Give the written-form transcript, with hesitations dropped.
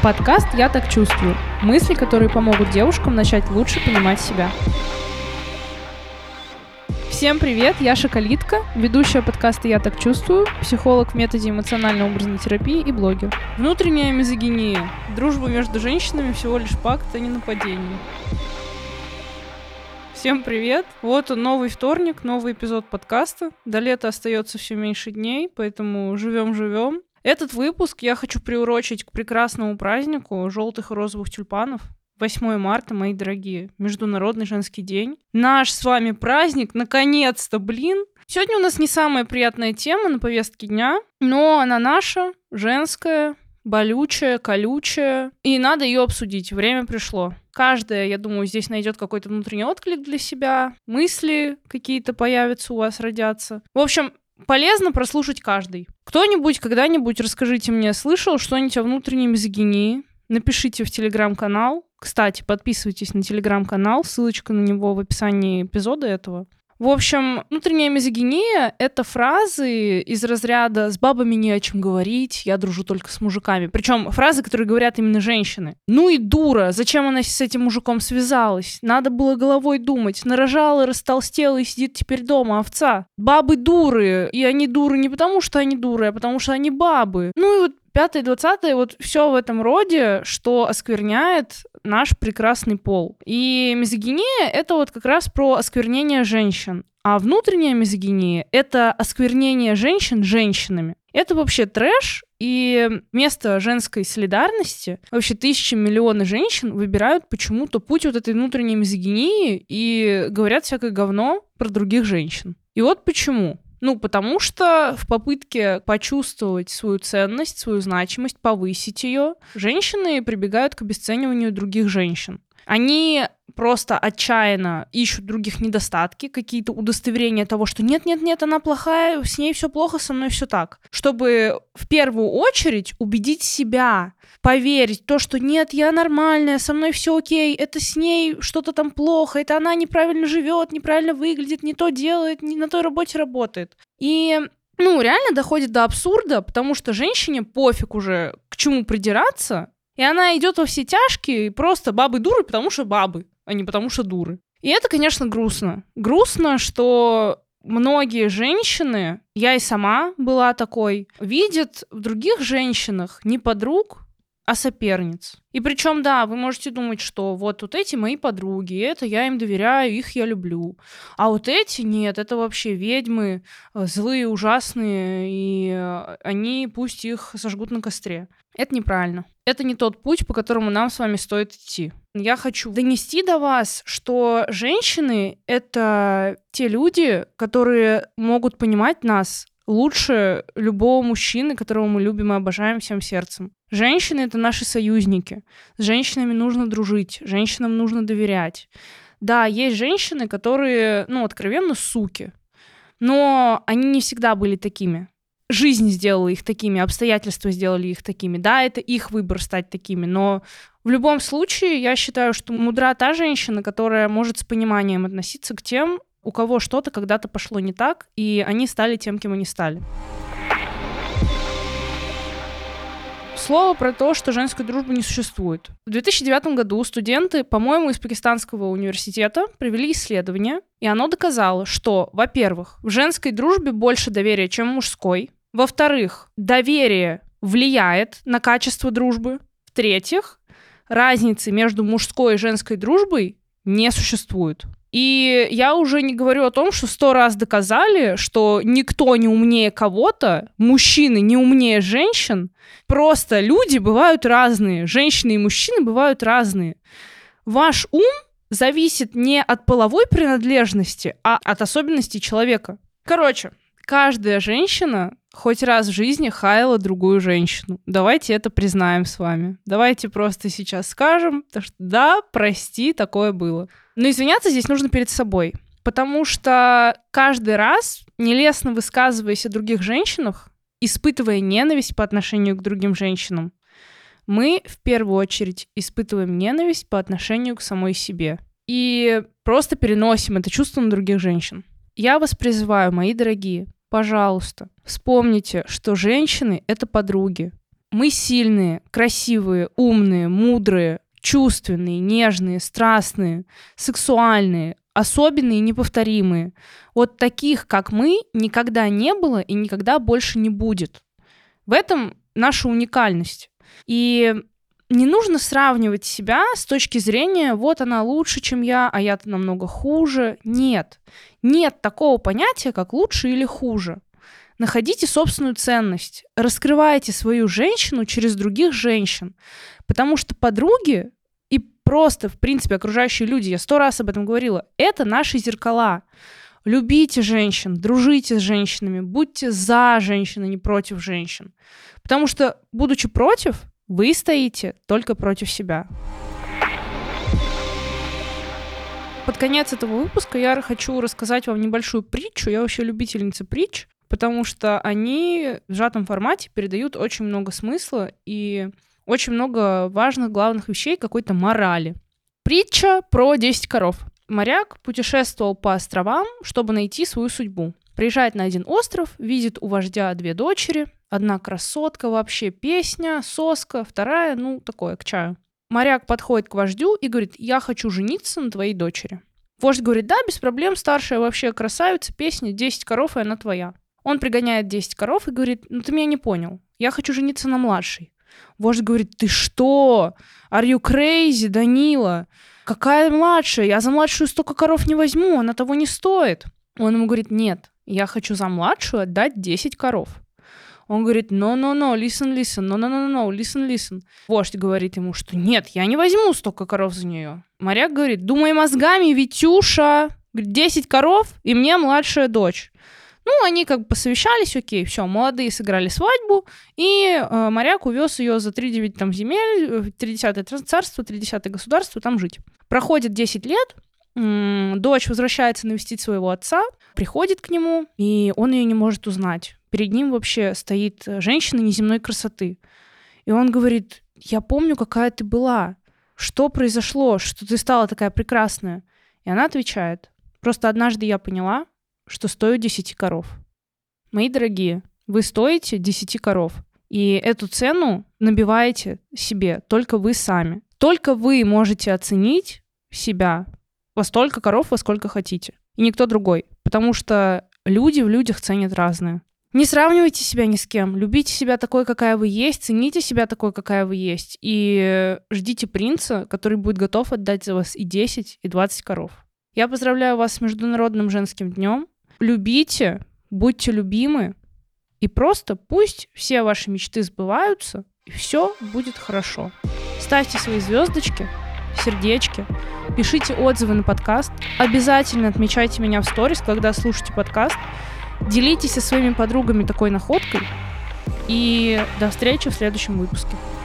Подкаст «Я так чувствую». Мысли, которые помогут девушкам начать лучше понимать себя. Всем привет, я Шоколитка, ведущая подкаста «Я так чувствую», психолог в методе эмоционально-образной терапии и блогер. Внутренняя мизогиния. Дружба между женщинами всего лишь факт, а не нападение. Всем привет! Вот он, новый вторник, новый эпизод подкаста. До лета остается все меньше дней, поэтому живем. Этот выпуск я хочу приурочить к прекрасному празднику желтых и розовых тюльпанов. 8 марта, мои дорогие, Международный женский день. Наш с вами праздник, наконец-то, блин! Сегодня у нас не самая приятная тема на повестке дня, но она наша, женская, болючая, колючая, и надо ее обсудить. Время пришло. Каждая, я думаю, здесь найдет какой-то внутренний отклик для себя, мысли какие-то появятся у вас, родятся. В общем, полезно прослушать каждый. Кто-нибудь когда-нибудь, расскажите мне, слышал что-нибудь о внутренней мизогинии? Напишите в телеграм-канал. Кстати, подписывайтесь на телеграм-канал, ссылочка на него в описании эпизода этого. В общем, внутренняя мизогиния — это фразы из разряда «с бабами не о чем говорить, я дружу только с мужиками». Причем фразы, которые говорят именно женщины. «Ну и дура, зачем она с этим мужиком связалась? Надо было головой думать. Нарожала, растолстела и сидит теперь дома, овца. Бабы дуры, и они дуры не потому, что они дуры, а потому, что они бабы». Ну и вот 5-20, вот все в этом роде, что оскверняет наш прекрасный пол. И мизогиния — это вот как раз про осквернение женщин. А внутренняя мизогиния — это осквернение женщин женщинами. Это вообще трэш, и вместо женской солидарности вообще тысячи, миллионы женщин выбирают почему-то путь вот этой внутренней мизогинии и говорят всякое говно про других женщин. И вот почему. Потому что в попытке почувствовать свою ценность, свою значимость, повысить ее, женщины прибегают к обесцениванию других женщин. Они просто отчаянно ищут других недостатки, какие-то удостоверения того, что нет, она плохая, с ней все плохо, со мной все так. Чтобы в первую очередь убедить себя, поверить в то, что нет, я нормальная, со мной все окей, это с ней что-то там плохо, это она неправильно живет, неправильно выглядит, не то делает, не на той работе работает. И реально доходит до абсурда, потому что женщине пофиг уже к чему придираться, и она идет во все тяжкие, и просто бабы дуры, потому что бабы, а не потому что дуры. И это, конечно, грустно. Грустно, что многие женщины, я и сама была такой, видят в других женщинах не подруг, а соперниц. И причем, да, вы можете думать, что вот эти мои подруги, это я им доверяю, их я люблю. А вот эти нет, это вообще ведьмы, злые, ужасные, и они пусть их сожгут на костре. Это неправильно. Это не тот путь, по которому нам с вами стоит идти. Я хочу донести до вас, что женщины — это те люди, которые могут понимать нас лучше любого мужчины, которого мы любим и обожаем всем сердцем. Женщины — это наши союзники. С женщинами нужно дружить, женщинам нужно доверять. Да, есть женщины, которые, откровенно суки, но они не всегда были такими. Жизнь сделала их такими, обстоятельства сделали их такими. Да, это их выбор стать такими, но в любом случае я считаю, что мудра та женщина, которая может с пониманием относиться к тем, у кого что-то когда-то пошло не так, и они стали тем, кем они стали. Слово про то, что женской дружбы не существует. В 2009 году студенты, по-моему, из Пакистанского университета провели исследование, и оно доказало, что, во-первых, в женской дружбе больше доверия, чем в мужской. Во-вторых, доверие влияет на качество дружбы. В-третьих, разницы между мужской и женской дружбой не существует. И я уже не говорю о том, что 100 раз доказали, что никто не умнее кого-то, мужчины не умнее женщин, просто люди бывают разные, женщины и мужчины бывают разные. Ваш ум зависит не от половой принадлежности, а от особенностей человека. Короче, каждая женщина хоть раз в жизни хаяла другую женщину. Давайте это признаем с вами. Давайте просто сейчас скажем, что да, прости, такое было. Но извиняться здесь нужно перед собой, потому что каждый раз, нелестно высказываясь о других женщинах, испытывая ненависть по отношению к другим женщинам, мы в первую очередь испытываем ненависть по отношению к самой себе. И просто переносим это чувство на других женщин. Я вас призываю, мои дорогие, пожалуйста, вспомните, что женщины — это подруги. Мы сильные, красивые, умные, мудрые, чувственные, нежные, страстные, сексуальные, особенные и неповторимые. Вот таких, как мы, никогда не было и никогда больше не будет. В этом наша уникальность. И не нужно сравнивать себя с точки зрения «вот она лучше, чем я, а я-то намного хуже». Нет. Нет такого понятия, как лучше или хуже. Находите собственную ценность. Раскрывайте свою женщину через других женщин. Потому что подруги и просто, в принципе, окружающие люди, я 100 раз об этом говорила, это наши зеркала. Любите женщин, дружите с женщинами, будьте за женщин, а не против женщин. Потому что, будучи против, вы стоите только против себя. Под конец этого выпуска я хочу рассказать вам небольшую притчу. Я вообще любительница притч, потому что они в сжатом формате передают очень много смысла и очень много важных, главных вещей, какой-то морали. Притча про 10 коров. Моряк путешествовал по островам, чтобы найти свою судьбу. Приезжает на один остров, видит у вождя 2 дочери. Одна красотка, вообще песня, соска, вторая, такое, к чаю. Моряк подходит к вождю и говорит: я хочу жениться на твоей дочери. Вождь говорит: да, без проблем, старшая вообще красавица, песня, 10 коров, и она твоя. Он пригоняет 10 коров и говорит: ты меня не понял, я хочу жениться на младшей. Вождь говорит: ты что? Are you crazy, Данила? Какая младшая? Я за младшую столько коров не возьму, она того не стоит. Он ему говорит: нет, я хочу за младшую отдать 10 коров. Он говорит: no, listen, no, listen. Вождь говорит ему, что нет, я не возьму столько коров за нее. Моряк говорит: думай мозгами, Витюша. 10 коров и мне младшая дочь. Они посовещались, окей, все, молодые сыграли свадьбу, и моряк увез ее за 3 земель, 30 царство, 30 государство, там жить. Проходит 10 лет, дочь возвращается навестить своего отца, приходит к нему, и он ее не может узнать. Перед ним вообще стоит женщина неземной красоты. И он говорит: я помню, какая ты была. Что произошло, что ты стала такая прекрасная? И она отвечает: просто однажды я поняла, что стою 10 коров. Мои дорогие, вы стоите 10 коров. И эту цену набиваете себе только вы сами. Только вы можете оценить себя во столько коров, во сколько хотите. И никто другой. Потому что люди в людях ценят разное. Не сравнивайте себя ни с кем. Любите себя такой, какая вы есть. Цените себя такой, какая вы есть. И ждите принца, который будет готов отдать за вас и 10, и 20 коров. Я поздравляю вас с Международным женским днем. Любите, будьте любимы. И просто пусть все ваши мечты сбываются, и все будет хорошо. Ставьте свои звездочки, сердечки, пишите отзывы на подкаст. Обязательно отмечайте меня в сторис, когда слушаете подкаст. Делитесь со своими подругами такой находкой. И до встречи в следующем выпуске.